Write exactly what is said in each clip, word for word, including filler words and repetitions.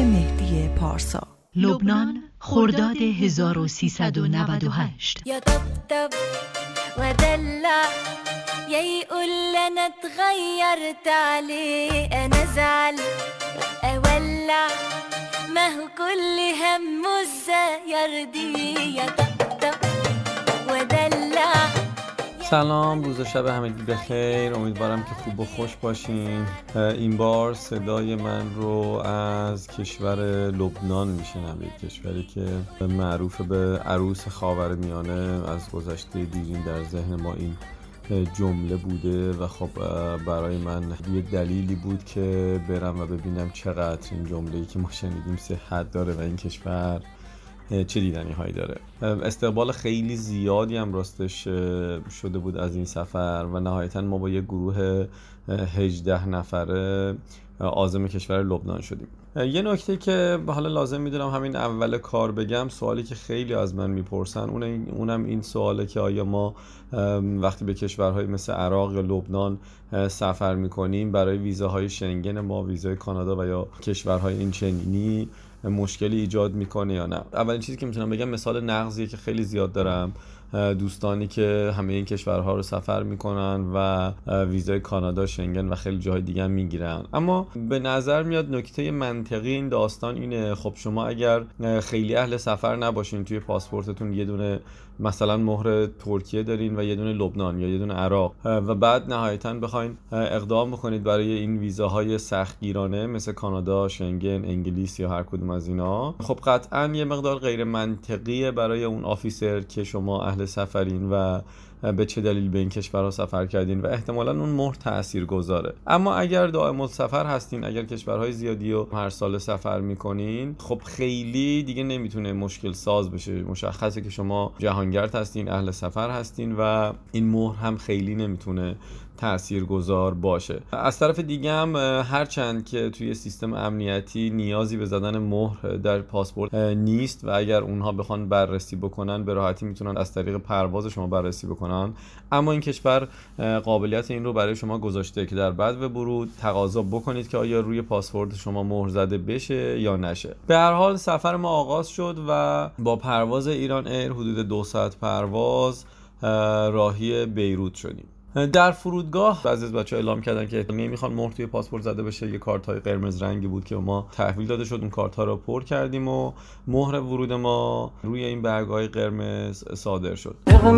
مهدی پارسا. لبنان، خرداد هزار و سیصد و نود و هشت. یا طبطب و دلع یا يقول لنا اتغيرت عليه انا زعل اولع ما هو كل هم الزيردي یا طبطب و دلع. سلام، روز و شب همگی بخیر. امیدوارم که خوب و خوش باشین. این بار صدای من رو از کشور لبنان میشنوید، کشوری که معروف به عروس خاورمیانه. از گذشته دیرین در ذهن ما این جمله بوده و خب برای من یه دلیلی بود که برم و ببینم چقدر این جمله‌ای که ما شنیدیم صحت داره و این کشور چه دیدنی هایی داره. استقبال خیلی زیادی هم راستش شده بود از این سفر و نهایتا ما با یه گروه هجده نفره عازم کشور لبنان شدیم. یه نکته که حالا لازم میدونم همین اول کار بگم، سوالی که خیلی از من میپرسن اونم این سواله که آیا ما وقتی به کشورهای مثل عراق یا لبنان سفر میکنیم برای ویزاهای شنگن ما، ویزای کانادا و یا کشورهای این چنینی مشکلی ایجاد میکنه یا نه. اولین چیزی که میتونم بگم مثال نقضیه که خیلی زیاد دارم، دوستانی که همه این کشورها رو سفر میکنن و ویزای کانادا، شنگن و خیلی جاهای دیگه هم میگیرن. اما به نظر میاد نکته منطقی این داستان اینه، خب شما اگر خیلی اهل سفر نباشین، توی پاسپورتتون یه دونه مثلا مهر ترکیه دارین و یه دونه لبنان یا یه دونه عراق و بعد نهایتاً بخواین اقدام بکنید برای این ویزاهای سختگیرانه مثل کانادا، شنگن، انگلیس یا هر کدوم از اینا، خب قطعاً یه مقدار غیر منطقیه برای اون آفیسر که شما اهل سفرین و به چه دلیل به این کشورها سفر کردین و احتمالاً اون مهر تأثیر گذاره. اما اگر دائم السفر هستین، اگر کشورهای زیادی رو هر سال سفر میکنین، خب خیلی دیگه نمیتونه مشکل ساز بشه. مشخصه که شما جهانگرد هستین، اهل سفر هستین و این مهر هم خیلی نمیتونه تاثیرگذار باشه. از طرف دیگه هم هرچند که توی سیستم امنیتی نیازی به زدن مهر در پاسپورت نیست و اگر اونها بخوان بررسی بکنن به راحتی میتونن از طریق پرواز شما بررسی بکنن، اما این کشور قابلیت این رو برای شما گذاشته که در بعد ورود تقاضا بکنید که آیا روی پاسپورت شما مهر زده بشه یا نشه. به هر حال سفر ما آغاز شد و با پرواز ایران ایر حدود دو ساعت پرواز راهی بیروت شدیم. در فرودگاه بعضی از بچه‌ها اعلام کردن که نمیخوان مهر توی پاسپورت زده بشه. یه کارت‌های قرمز رنگی بود که ما تحویل داده شد، اون کارت‌ها رو پر کردیم و مهر ورود ما روی این برگ‌های قرمز صادر شد.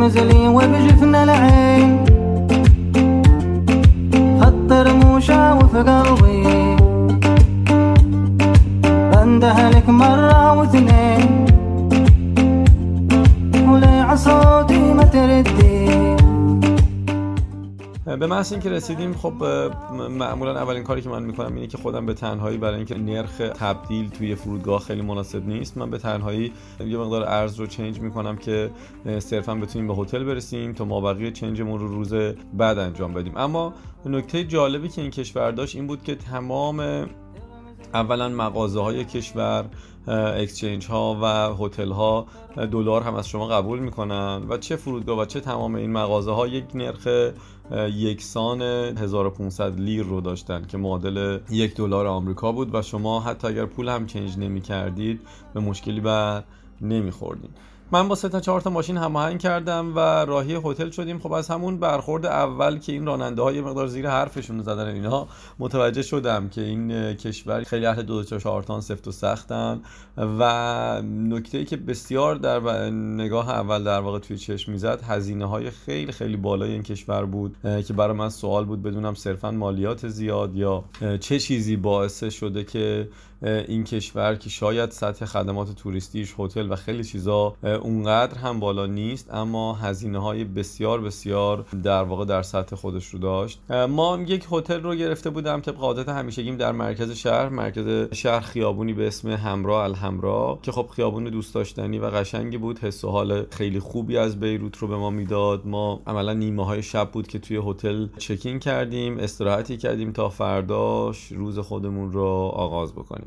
به محض اینکه رسیدیم، خب معمولا اولین کاری که من میکنم اینه که خودم به تنهایی، برای اینکه نرخ تبدیل توی فرودگاه خیلی مناسب نیست، من به تنهایی یه مقدار ارز رو چنج میکنم که صرفا بتونیم به هتل برسیم تا مابقی چنجمون رو روز بعد انجام بدیم. اما نکته جالبی که این کشور داشت این بود که تمام اولا مغازه های کشور، اکسچنج ها و هتل ها دلار هم از شما قبول میکنن و چه فرودگاه و چه تمام این مغازه ها یک نرخ یکسان هزار و پانصد لیر رو داشتن که معادل یک دلار آمریکا بود و شما حتی اگر پول هم چنج نمی کردید به مشکلی بر نمی خوردید. من با سه تا چهار تا ماشین هماهنگ کردم و راهی هتل شدیم. خب از همون برخورد اول که این راننده ها یه مقدار زیر حرفشون زدن اینا، متوجه شدم که این کشور خیلی اهل دو تا چهار تان سفت و سختن و نکته‌ای که بسیار در نگاه اول در واقع توی چشم میزد، هزینه های خیلی خیلی بالای این کشور بود که برای من سوال بود بدونم صرفاً مالیات زیاد یا چه چیزی باعث شده که این کشور که شاید سطح خدمات توریستیش، هتل و خیلی چیزا اونقدر هم بالا نیست، اما هزینه‌های بسیار بسیار در واقع در سطح خودش رو داشت. ما یک هتل رو گرفته بودم طبق عادت همیشگیم در مرکز شهر. مرکز شهر خیابونی به اسم همراه الحمرا که خب خیابون دوست داشتنی و قشنگی بود، حس و حال خیلی خوبی از بیروت رو به ما میداد. ما عملا نیمه‌های شب بود که توی هتل چکین کردیم، استراحتی کردیم تا فرداش روز خودمون رو آغاز بکنیم.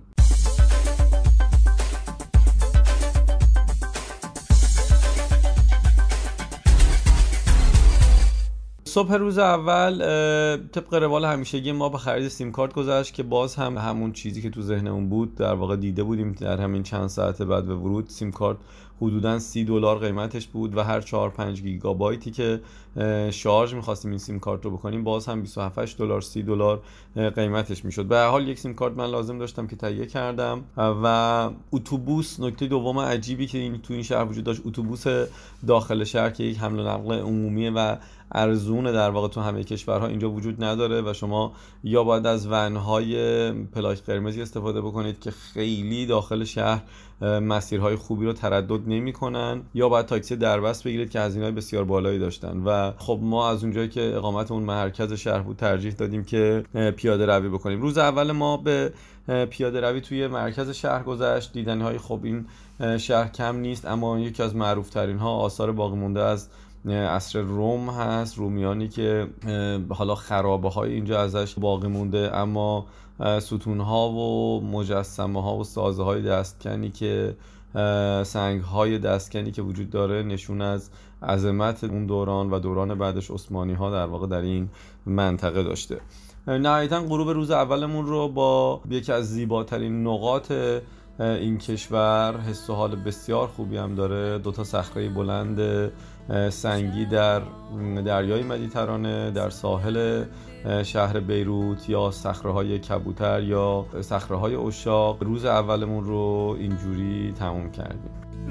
صبح روز اول طبق روال همیشگی ما به خرید سیم کارت گذشت که باز هم همون چیزی که تو ذهنمون بود در واقع دیده بودیم در همین چند ساعت بعد به ورود. سیم کارت حدوداً سی دلار قیمتش بود و هر چهار پنج گیگابایتی که شارژ می‌خواستیم این سیم کارت رو بکنیم باز هم بیست و هفت دلار سی دلار قیمتش میشد. به هر حال یک سیم کارت من لازم داشتم که تهیه کردم. و اتوبوس، نکته دوم عجیبی که این تو این شهر وجود داشت، اتوبوس داخل شهر که یک حمل و نقل عمومی و ارزون در واقع تو همه کشورها اینجا وجود نداره و شما یا باید از ون‌های پلاک قرمزی استفاده بکنید که خیلی داخل شهر مسیرهای خوبی رو تردد نمی‌کنن، یا باید تاکسی دربست بگیرید که هزینه‌های بسیار بالایی داشتن. و خب ما از اونجایی که اقامتمون مرکز شهر بود ترجیح دادیم که پیاده روی بکنیم. روز اول ما به پیاده روی توی مرکز شهر گذشت. دیدنی‌های خب این شهر کم نیست، اما یکی از معروف‌ترین ها آثار باقی مونده از عصر روم هست، رومیانی که حالا خرابه های اینجا ازش باقی مونده، اما ستون ها و مجسمه ها و سازه های دستکنی که سنگ های دستکنی که وجود داره نشون از عظمت اون دوران و دوران بعدش عثمانی ها در واقع در این منطقه داشته. نهایتاً غروب روز اولمون رو با یکی از زیباترین نقاط این کشور، حس و حال بسیار خوبی هم داره، دوتا صخره بلند سنگی در دریای مدیترانه در ساحل شهر بیروت، یا صخره‌های کبوتر یا صخره‌های عشاق. روز اولمون رو اینجوری تموم کردیم.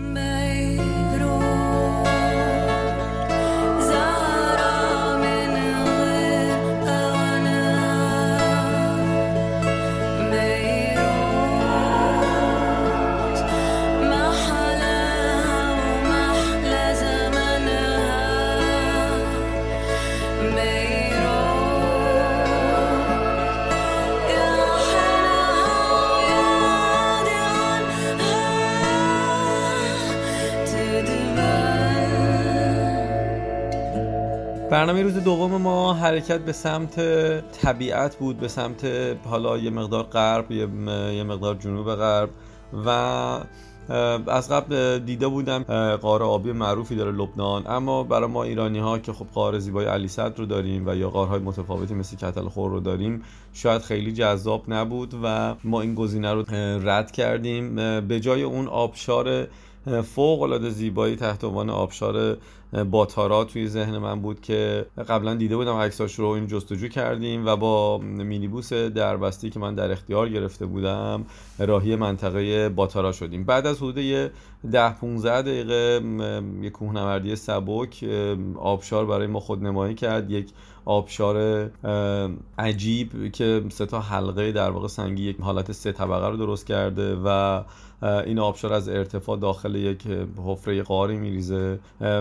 برنامه روز دوم ما حرکت به سمت طبیعت بود، به سمت حالا یه مقدار غرب، یه مقدار جنوب غرب. و از قبل دیده بودم غار آبی معروفی داره لبنان، اما برای ما ایرانی ها که خب غار زیبای علی صدر رو داریم و یا غارهای متفاوتی مثل کتل خور رو داریم شاید خیلی جذاب نبود و ما این گزینه رو رد کردیم. به جای اون آبشار فوق العاده زیبایی تحت عنوان آبشار باتارا توی ذهن من بود که قبلا دیده بودم عکساش رو، این جستجو کردیم و با مینیبوس دربستی که من در اختیار گرفته بودم راهی منطقه باتارا شدیم. بعد از حدود یه ده پونزده دقیقه یک کوهنوردی سبک آبشار برای ما خودنمایی کرد، یک آبشار عجیب که سه تا حلقه در واقع سنگی یک حالت سه طبقه رو درست کرده و این آبشار از ارتفاع داخل یک حفره غاری میریزه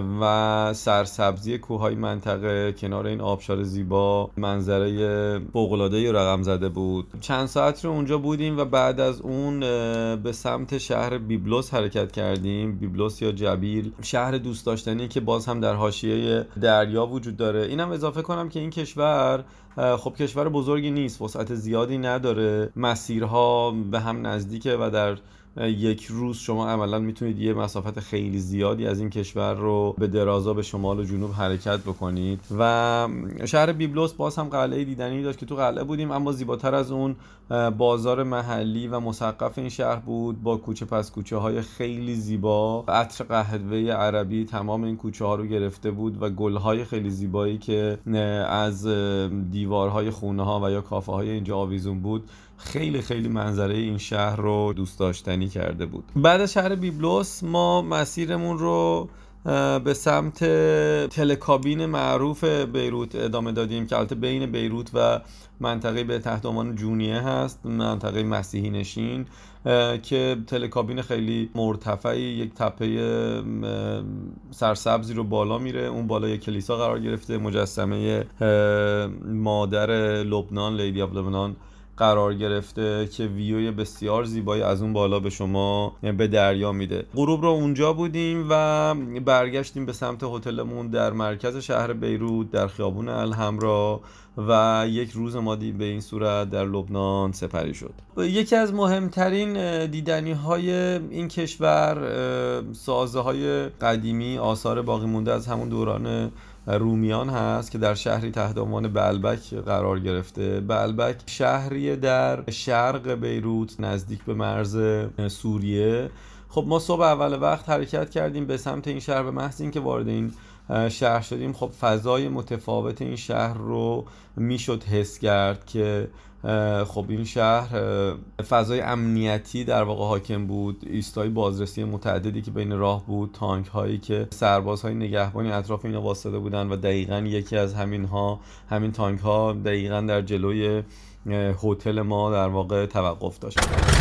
و سرسبزی کوههای منطقه کنار این آبشار زیبا منظره فوق‌العاده‌ای رقم زده بود. چند ساعت رو اونجا بودیم و بعد از اون به سمت شهر بیبلوس حرکت کردیم. بیبلوس یا جبیل، شهر دوست داشتنی که باز هم در حاشیه دریا وجود داره. اینم اضافه کنم که این کشور خب کشور بزرگی نیست، وسعت زیادی نداره، مسیرها به هم نزدیکه و در یک روز شما عملا میتونید یه مسافت خیلی زیادی از این کشور رو به درازا به شمال و جنوب حرکت بکنید. و شهر بیبلوس باز هم قلعه دیدنی داشت که تو قلعه بودیم، اما زیباتر از اون بازار محلی و مثقف این شهر بود با کوچه پس کوچه های خیلی زیبا. عطر قهوه عربی تمام این کوچه ها رو گرفته بود و گل های خیلی زیبایی که از دیوارهای خونه ها و یا کافه های اینجا آویزون بود خیلی خیلی منظره این شهر رو دوست داشتنی کرده بود. بعد از شهر بیبلوس ما مسیرمون رو به سمت تلکابین معروف بیروت ادامه دادیم که البته بین بیروت و منطقه به تحت عنوان جونیه هست، منطقه مسیحی نشین که تلکابین خیلی مرتفعی، یک تپه سرسبزی رو بالا میره. اون بالا یک کلیسا قرار گرفته، مجسمه مادر لبنان، لیدی آف لبنان قرار گرفته که ویوی بسیار زیبایی از اون بالا به شما به دریا میده. غروب رو اونجا بودیم و برگشتیم به سمت هتلمون در مرکز شهر بیروت در خیابون الحمرا و یک روز ما دی به این صورت در لبنان سپری شد. یکی از مهمترین دیدنی های این کشور سازه های قدیمی، آثار باقی مونده از همون دوران رومیان هست که در شهری تحت عنوان بعلبک قرار گرفته. بعلبک شهری در شرق بیروت نزدیک به مرز سوریه. خب ما صبح اول وقت حرکت کردیم به سمت این شهر. به محض اینکه وارد این شهر شدیم خب فضای متفاوت این شهر رو میشد حس کرد که خب این شهر فضای امنیتی در واقع حاکم بود. ایستای بازرسی متعددی که بین راه بود، تانک هایی که سربازهای نگهبانی اطراف اینا واسطه بودن و دقیقاً یکی از همین ها همین تانک ها دقیقاً در جلوی هتل ما در واقع توقف داشت.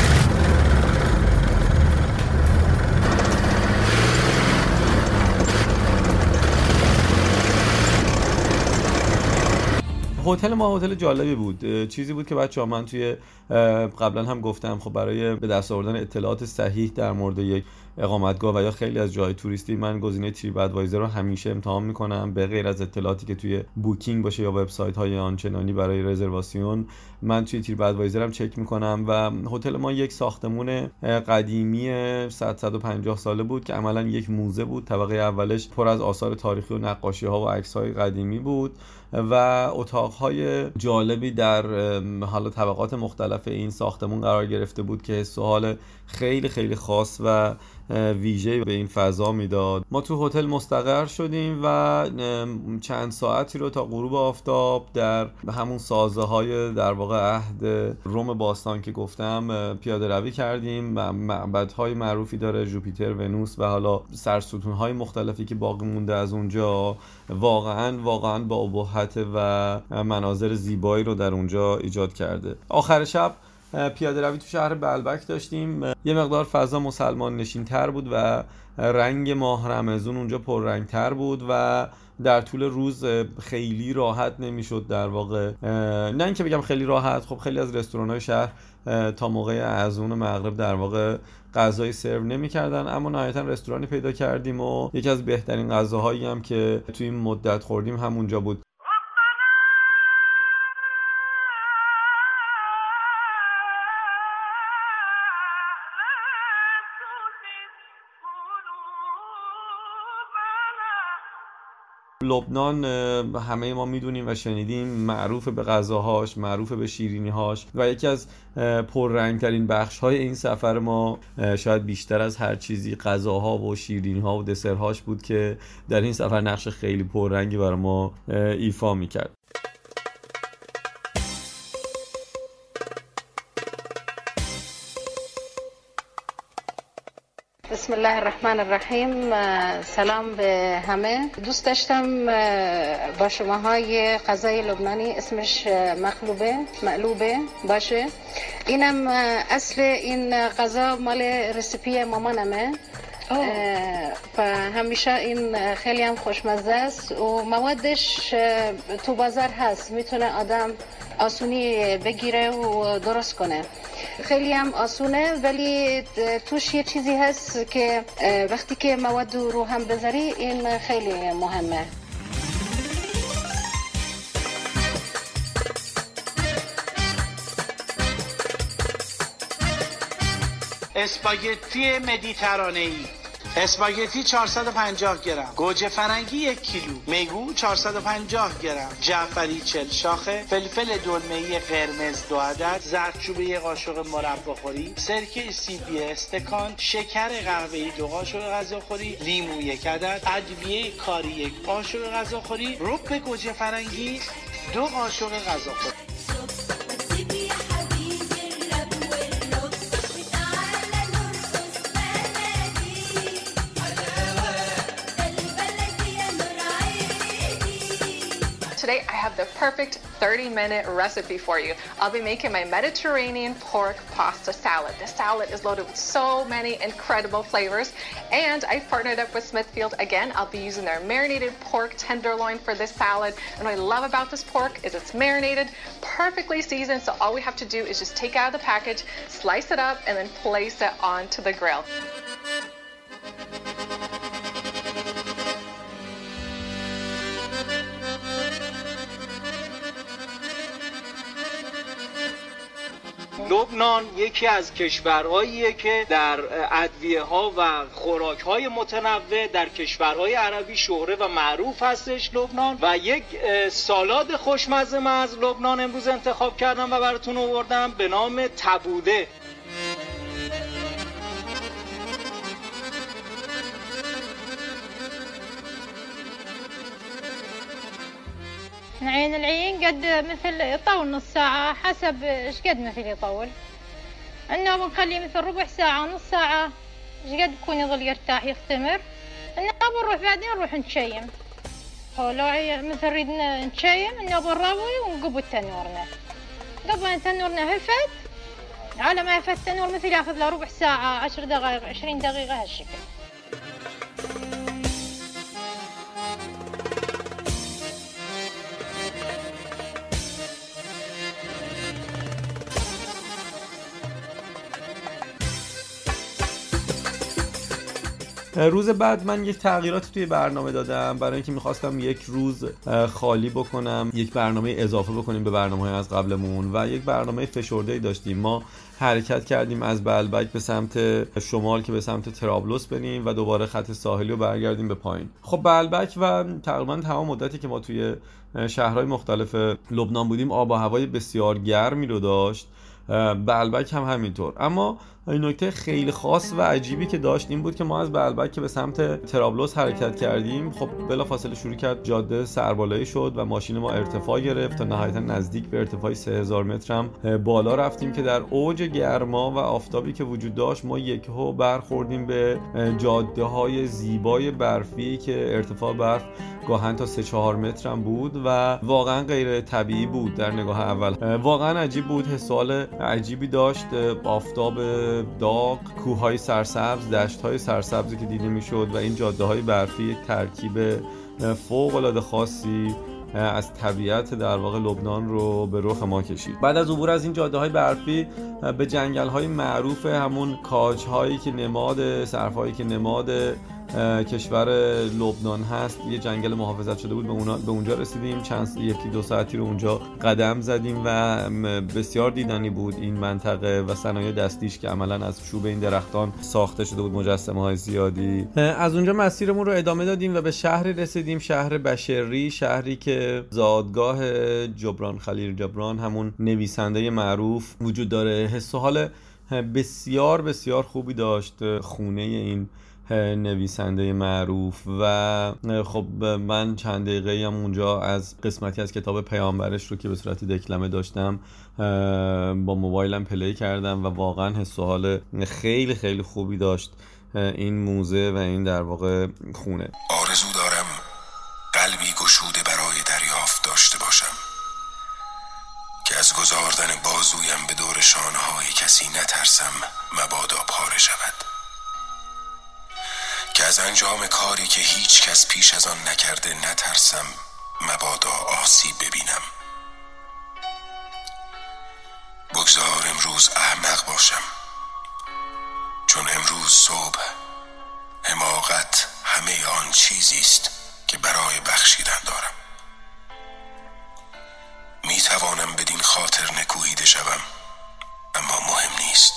هتل ما هتل جالبی بود. چیزی بود که بچه‌ها من توی قبلا هم گفتم خب برای به دست آوردن اطلاعات صحیح در مورد یک اقامتگاه و یا خیلی از جای توریستی من گزینه تریپ ادوایزر رو همیشه امتحان میکنم. به غیر از اطلاعاتی که توی بوکینگ باشه یا وبسایت های آنچنانی برای رزرواسیون، من توی تریپ ادوایزر هم چک میکنم. و هتل ما یک ساختمون قدیمی صد صد و پنجاه ساله بود که عملاً یک موزه بود. طبقه اولش پر از آثار تاریخی و نقاشی ها و عکس های قدیمی بود و اتاق‌های جالبی در حالا طبقات مختلف این ساختمون قرار گرفته بود که حس و حال خیلی خیلی خاص و ویژه به این فضا میداد. ما تو هتل مستقر شدیم و چند ساعتی رو تا غروب آفتاب در همون سازه های در واقع عهد روم باستان که گفتم پیاده روی کردیم. معبدهای معروفی داره، جوپیتر، ونوس و حالا سرستون‌های مختلفی که باقی مونده از اونجا. واقعا واقعا با ابهت و مناظر زیبایی رو در اونجا ایجاد کرده. آخر شب پیاده روی تو شهر بعلبک داشتیم. یه مقدار فضا مسلمان نشین تر بود و رنگ ماه رمضان اونجا پررنگ تر بود و در طول روز خیلی راحت نمیشد در واقع، نه اینکه بگم خیلی راحت، خب خیلی از رستوران‌های شهر تا موقع اذان مغرب در واقع غذای سرو نمی‌کردن، اما نهایتاً رستورانی پیدا کردیم و یکی از بهترین غذاهایی هم که توی این مدت خوردیم همونجا بود. لبنان همه ما میدونیم و شنیدیم معروف به غذاهاش، معروف به شیرینی‌هاش و یکی از پررنگ‌ترین بخش‌های این سفر ما شاید بیشتر از هر چیزی غذاها و شیرینی‌ها و دسرهاش بود که در این سفر نقش خیلی پررنگی برای ما ایفا می‌کرد. بسم الله الرحمن الرحیم. سلام به همه. دوست داشتم با شماهای غذای لبنانی اسمش مقلوبه مقلوبه باشه. اینم اصل این غذا مال رسیپی مامانمه و همیشه این خیلی هم خوشمزه است و موادش تو بازار هست، میتونه آدم آسونی بگیره و درست کنه. خیلی هم آسونه ولی توش یه چیزی هست که وقتی که مواد رو هم بذاری این خیلی مهمه. اسپاگتی مدیترانه‌ای، اسپاگتی چهارصد و پنجاه گرم، گوجه فرنگی یک کیلو، میگو چهارصد و پنجاه گرم، جعفری چهل شاخه، فلفل دلمه‌ای قرمز دو عدد، زردچوبه یک قاشق مرباخوری، سرکه سیبی استکان، شکر قهوه‌ای دو قاشق غذاخوری، لیمو یک عدد، ادویه کاری یک قاشق غذاخوری، رب گوجه فرنگی دو قاشق غذاخوری. Today I have the perfect thirty minute recipe for you. I'll be making my Mediterranean pork pasta salad. The salad is loaded with so many incredible flavors, and I've partnered up with Smithfield. Again, I'll be using their marinated pork tenderloin for this salad. And what I love about this pork is it's marinated, perfectly seasoned, so all we have to do is just take out of the package, slice it up, and then place it onto the grill. لبنان یکی از کشورهاییه که در ادویه‌ها و خوراک‌های متنوع در کشورهای عربی شهره و معروف هستش لبنان. و یک سالاد خوشمزه من از لبنان امروز انتخاب کردم و براتون آوردم به نام تبوده. نعين العين قد مثل يطول نص ساعة حسب ايش قد مثل يطول. انه بنخليه مثل ربع ساعة نص ساعة ايش قد بكون يظل يرتاح يختمر. انه بنروح بعدين نروح نشيم. هو لو مثل نريد نشيم انه بنروي ونقبل تنورنا. قبل تنورنا هفت على ما يفت التنور مثل ياخذ له ربع ساعة عشر دقائق عشرين دقيقة هالشكل. روز بعد من یک تغییراتی توی برنامه دادم برای اینکه میخواستم یک روز خالی بکنم، یک برنامه اضافه بکنیم به برنامه‌های از قبلمون و یک برنامه فشرده‌ای داشتیم. ما حرکت کردیم از بلبک به سمت شمال که به سمت ترابلس بریم و دوباره خط ساحلی رو برگردیم به پایین. خب بلبک و تقریبا تمام مدتی که ما توی شهرهای مختلف لبنان بودیم آب و هوای بسیار گرمی رو داشت، بلبک هم همینطور. اما این نکته خیلی خاص و عجیبی که داشت این بود که ما از بلبک که به سمت ترابلس حرکت کردیم، خب بلافاصله شروع کرد جاده سربالایی شد و ماشین ما ارتفاع گرفت تا نهایتا نزدیک به ارتفاع سه هزار متر هم بالا رفتیم که در اوج گرما و آفتابی که وجود داشت ما یکهو برخوردیم به جاده های زیبای برفی که ارتفاع برف گاهن تا سه چهار متر هم بود و واقعا غیر طبیعی بود. در نگاه اول واقعا عجیب بود، حسال عجیبی داشت. آفتاب داغ، کوههای سرسبز، دشت‌های سرسبزی که دیده میشد و این جاده‌های برفی یک ترکیب فوق‌العاده خاصی از طبیعت در واقع لبنان رو به رخ ما کشید. بعد از عبور از این جاده‌های برفی به جنگل‌های معروف همون کاج‌هایی که نماد صرف‌هایی که نماد کشور لبنان هست، یه جنگل محافظت شده بود، به اونا به اونجا رسیدیم. چند یکی دو ساعتی رو اونجا قدم زدیم و بسیار دیدنی بود این منطقه و صنایع دستیش که عملاً از چوب این درختان ساخته شده بود، مجسمه‌های زیادی. از اونجا مسیرمون رو ادامه دادیم و به شهری رسیدیم، شهر بشری، شهری که زادگاه جبران خلیل جبران همون نویسنده معروف وجود داره. حس و حال بسیار بسیار خوبی داشت خونه این نویسنده معروف و خب من چند دقیقه هم اونجا از قسمتی از کتاب پیامبرش رو که به صورت دکلمه داشتم با موبایلم پلی کردم و واقعا حس و حال خیلی خیلی خوبی داشت این موزه و این در واقع خونه. آرزو دارم قلبی گشوده برای دریافت داشته باشم که از گذاردن بازویم به دور شانه‌های کسی نترسم مبادا پاره شود، که از انجام کاری که هیچ کس پیش از آن نکرده نترسم مبادا آسیب ببینم. بگذار امروز احمق باشم، چون امروز صبح حماقت همه آن چیزی است که برای بخشیدن دارم. می توانم بدین خاطر نکوهیده شوم، اما مهم نیست.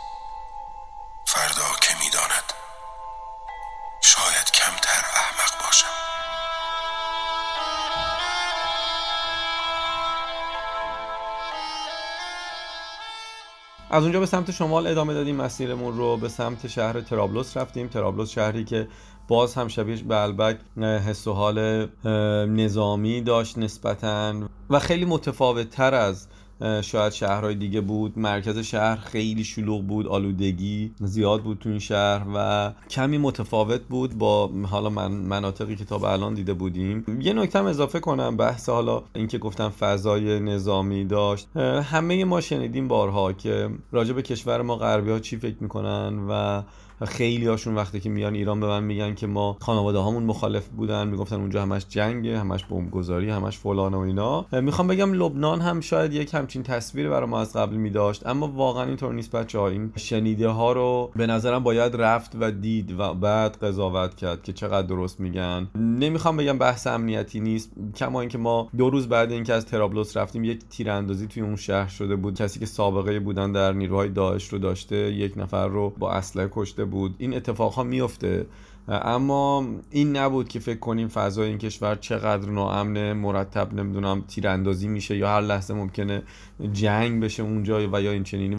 فردا که می داند، شاید کمتر احمق باشم. از اونجا به سمت شمال ادامه دادیم مسیرمون رو، به سمت شهر ترابلس رفتیم. ترابلس شهری که باز هم شبیه بلبک حس و حال نظامی داشت نسبتاً و خیلی متفاوت تر از شاید شهرهای دیگه بود. مرکز شهر خیلی شلوغ بود، آلودگی زیاد بود تو این شهر و کمی متفاوت بود با حالا من مناطقی که تا به الان دیده بودیم. یه نکته هم اضافه کنم، بحث حالا این که گفتم فضای نظامی داشت، همه ما شنیدیم بارها که راجع به کشور ما غربی ها چی فکر میکنن و خیلی هاشون وقتی که میان ایران به من میگن که ما خانواده هامون مخالف بودن، میگفتن اونجا همش جنگه، همش بمبگذاری، همش فلان و اینا. میخوام بگم لبنان هم شاید یک همچین تصویر برای ما از قبل میداشت، اما واقعا اینطور نیست بچه‌ها. این شنیده ها رو به نظرم باید رفت و دید و بعد قضاوت کرد که چقدر درست میگن. نمیخوام بگم بحث امنیتی نیست، کما اینکه ما دو روز بعد اینکه از طرابلس رفتیم یک تیراندازی توی اون شهر شده بود. کسی که سابقه بودن در نیروهای داعش رو داشته، یک نفر رو با اسلحه کشته بود. این اتفاقها میفته، اما این نبود که فکر کنیم فضای این کشور چقدر ناامن، مرتب نمیدونم تیراندازی میشه یا هر لحظه ممکنه جنگ بشه اونجا و یا این چنینی.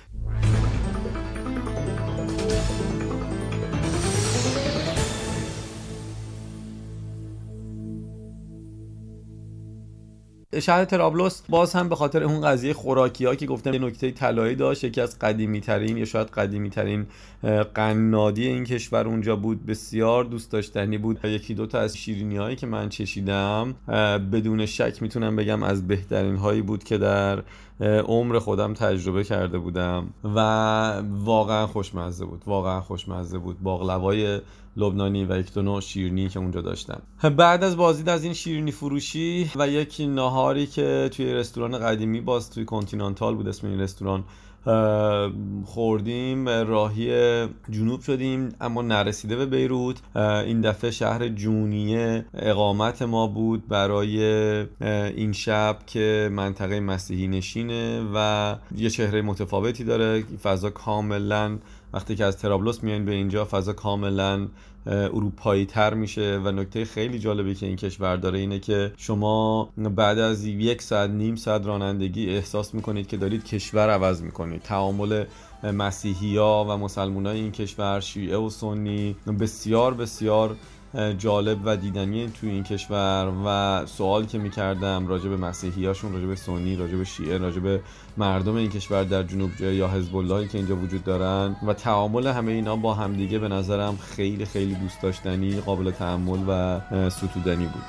شهر طرابلس باز هم به خاطر اون قضیه خوراکی‌ها که گفتم یه نکته طلایی داشت، یکی از قدیمی‌ترین یا شاید قدیمی‌ترین قنادی این کشور اونجا بود، بسیار دوست داشتنی بود. یکی دو تا از شیرینی‌هایی که من چشیدم بدون شک میتونم بگم از بهترین هایی بود که در عمر خودم تجربه کرده بودم و واقعا خوشمزه بود، واقعا خوشمزه بود. باقلوای لبنانی و یک دو نوع شیرینی که اونجا داشتم. بعد از بازدید از این شیرینی فروشی و یک ناهاری که توی رستوران قدیمی باز توی کنتینانتال بود اسم این رستوران خوردیم، راهی جنوب شدیم اما نرسیده به بیروت. این دفعه شهر جونیه اقامت ما بود برای این شب که منطقه مسیحی نشینه و یه چهره متفاوتی داره. فضا کاملا وقتی که از طرابلس میاین به اینجا فضا کاملا اروپایی تر میشه و نکته خیلی جالبی که این کشور داره اینه که شما بعد از یک ساعت نیم ساعت رانندگی احساس میکنید که دارید کشور عوض میکنید. تعامل مسیحی‌ها و مسلمانای این کشور، شیعه و سنی، بسیار بسیار جالب و دیدنی توی این کشور. و سوال که میکردم راجع به مسیحیاشون، راجع به سنی، راجع به شیعه، راجع به مردم این کشور در جنوب یا حزب اللهی که اینجا وجود دارن و تعامل همه اینا با همدیگه به نظرم خیلی خیلی دوست داشتنی، قابل تأمل و ستودنی بود.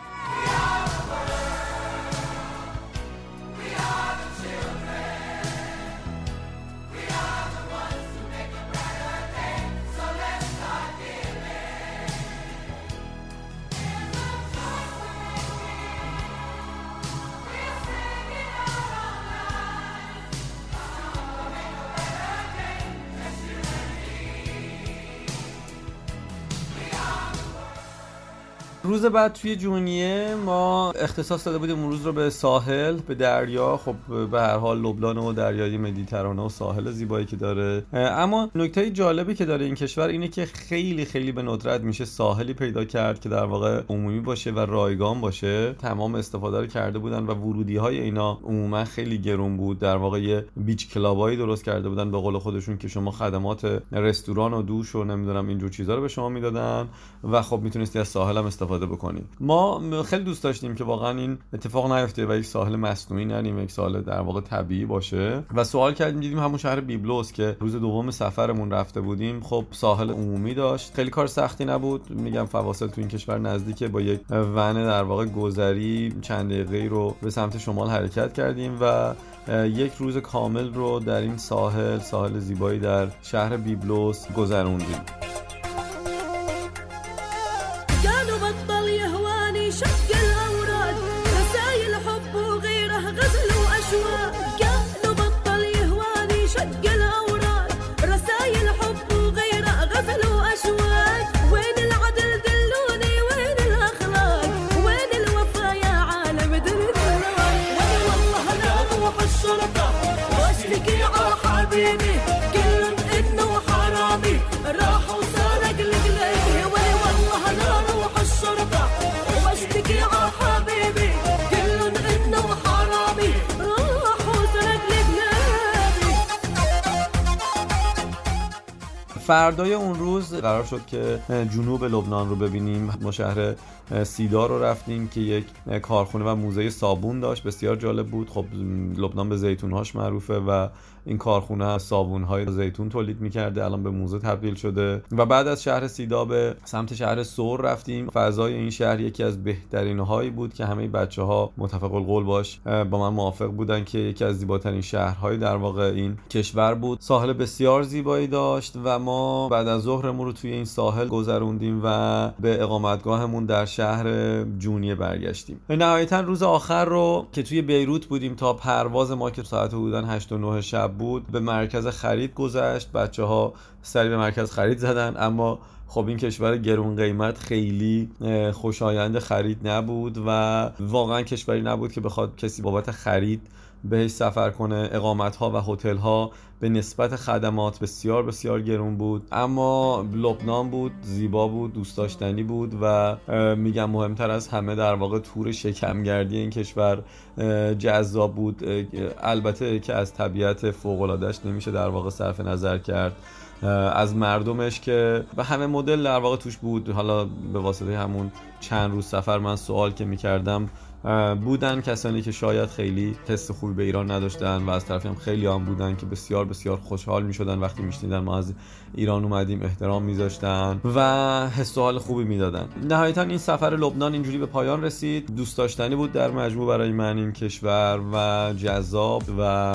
روز بعد توی جونیه ما اختصاص داده بودیم اون روز رو به ساحل، به دریا. خب به هر حال لبنان و دریای مدیترانه و ساحل زیبایی که داره، اما نکته جالبی که داره این کشور اینه که خیلی خیلی به ندرت میشه ساحلی پیدا کرد که در واقع عمومی باشه و رایگان باشه. تمام استفاده رو کرده بودن و ورودی های اینا عموما خیلی گرون بود. در واقع یه بیچ کلابایی درست کرده بودن به قول خودشون که شما خدمات رستوران و دوش و نمیدونم اینجور چیزا رو به شما میدادن و خب میتونستی از ساحل هم استفاده بکنید. ما خیلی دوست داشتیم که واقعا این اتفاق نیفته و یک ساحل مصنوعی نریم، یک ساحل در واقع طبیعی باشه و سوال کردیم، دیدیم همون شهر بیبلوس که روز دوم سفرمون رفته بودیم خب ساحل عمومی داشت. خیلی کار سختی نبود، میگم فواصل تو این کشور نزدیکه. با یک ون در واقع گذری چند دقیقه‌ای رو به سمت شمال حرکت کردیم و یک روز کامل رو در این ساحل ساحل زیبایی در شهر بیبلوس گذروندیم. شق الأوراد رسايل حب وغيره غزل وأشواق قالوا بطل يهواني شق الأوراد رسايل حب وغيره غزل وأشواق وين العدل دلوني وين الأخلاق وين الوفا يا عالم دلوني وين والله لا روح الشرطة واشتكي على حبيبي كلهم إنه حرامي راح وسرق لقلبي وين والله لا روح الشرطة اشتكي على حبيبي كلن انه حرامي راح وسرق لقلبي. فردای اون روز قرار شد که جنوب لبنان رو ببینیم. ما شهر سیدا رو رفتیم که یک کارخونه و موزه صابون داشت، بسیار جالب بود. خب لبنان به زیتونهاش معروفه و این کارخونه صابون‌های زیتون تولید می‌کرده، الان به موزه تبدیل شده. و بعد از شهر سیدا به سمت شهر سور رفتیم. فضای این شهر یکی از بهترین‌هایی بود که همه بچه‌ها متفق القول باش با من موافق بودن که یکی از زیباترین شهرهای در واقع این کشور بود. ساحل بسیار زیبایی داشت و ما ما بعد از ظهرمون رو توی این ساحل گذروندیم و به اقامتگاهمون در شهر جونیه برگشتیم. نهایتا روز آخر رو که توی بیروت بودیم تا پرواز ما که ساعت حدوداً هشت و نه شب بود به مرکز خرید گذشت. بچه‌ها سری به مرکز خرید زدن، اما خب این کشور گرون قیمت خیلی خوشایند خرید نبود و واقعا کشوری نبود که بخواد کسی بابت خرید بهش سفر کنه. اقامت‌ها و هتل‌ها به نسبت خدمات بسیار بسیار گرون بود، اما لبنان بود، زیبا بود، دوست داشتنی بود و میگم مهمتر از همه در واقع تور شکمگردی این کشور جذاب بود. البته که از طبیعت فوق‌العاده‌اش نمیشه در واقع صرف نظر کرد، از مردمش که به همه مدل در واقع توش بود. حالا به واسطه همون چند روز سفر من سوال که میکردم بودن کسانی که شاید خیلی حس خوبی به ایران نداشتن و از طرفی هم خیلی هم بودن که بسیار بسیار خوشحال میشدن وقتی میشنیدن ما از ایران اومدیم، احترام میذاشتن و حس و حال خوبی میدادن. نهایتا این سفر لبنان اینجوری به پایان رسید. دوست داشتنی بود در مجموع برای من این کشور و جذاب و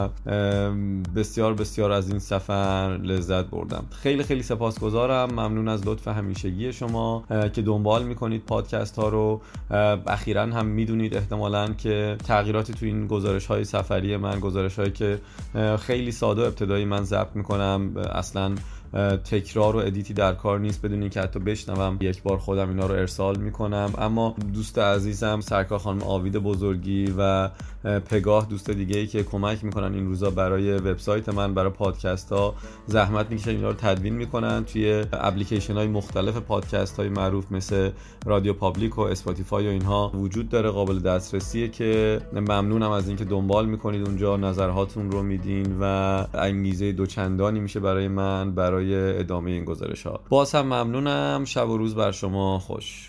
بسیار بسیار از این سفر لذت بردم. خیلی خیلی سپاسگزارم، ممنون از لطف همیشگی شما که دنبال میکنید پادکست ها رو. اخیراً هم میدونید احتمالاً که تغییراتی تو این گزارش های سفری من، گزارش هایی که خیلی ساده و ابتدایی من ضبط میکنم، اصلاً تکرار و ادیتی در کار نیست، بدون اینکه حتی بشنوم یک بار خودم اینا رو ارسال میکنم. اما دوست عزیزم سرکار خانم آوید بزرگی و پگاه دوست دیگه ای که کمک میکنن این روزا برای وبسایت من، برای پادکست ها زحمت میکشن اینا رو تدوین میکنن توی اپلیکیشن های مختلف پادکست های معروف مثل رادیو پابلیک و اسپاتیفای و اینها وجود داره، قابل دسترسیه که ممنونم از اینکه دنبال میکنید اونجا، نظرهاتون رو میدین و انگیزه دوچندانی میشه برای من برای ادامه این گزارش ها. باز هم ممنونم. شب و روز بر شما خوش.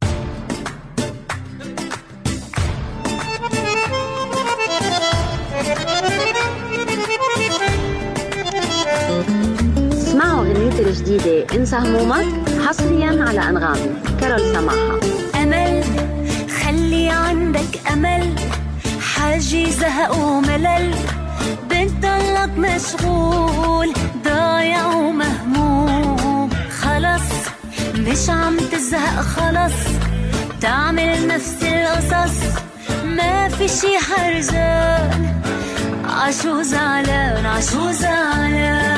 اسمعوا اغنيتي الجديدة انسى همومك حصريا على انغامي. كارول سماحة. امل خلي عندك امل، حاجي زهق وملل، بتضلك مشغول ضايع ومهموم، خلص مش عم تزهق خلص، تعمل نفس القصص، ما في شي حرجان، عشو زعلان عشو زعلان.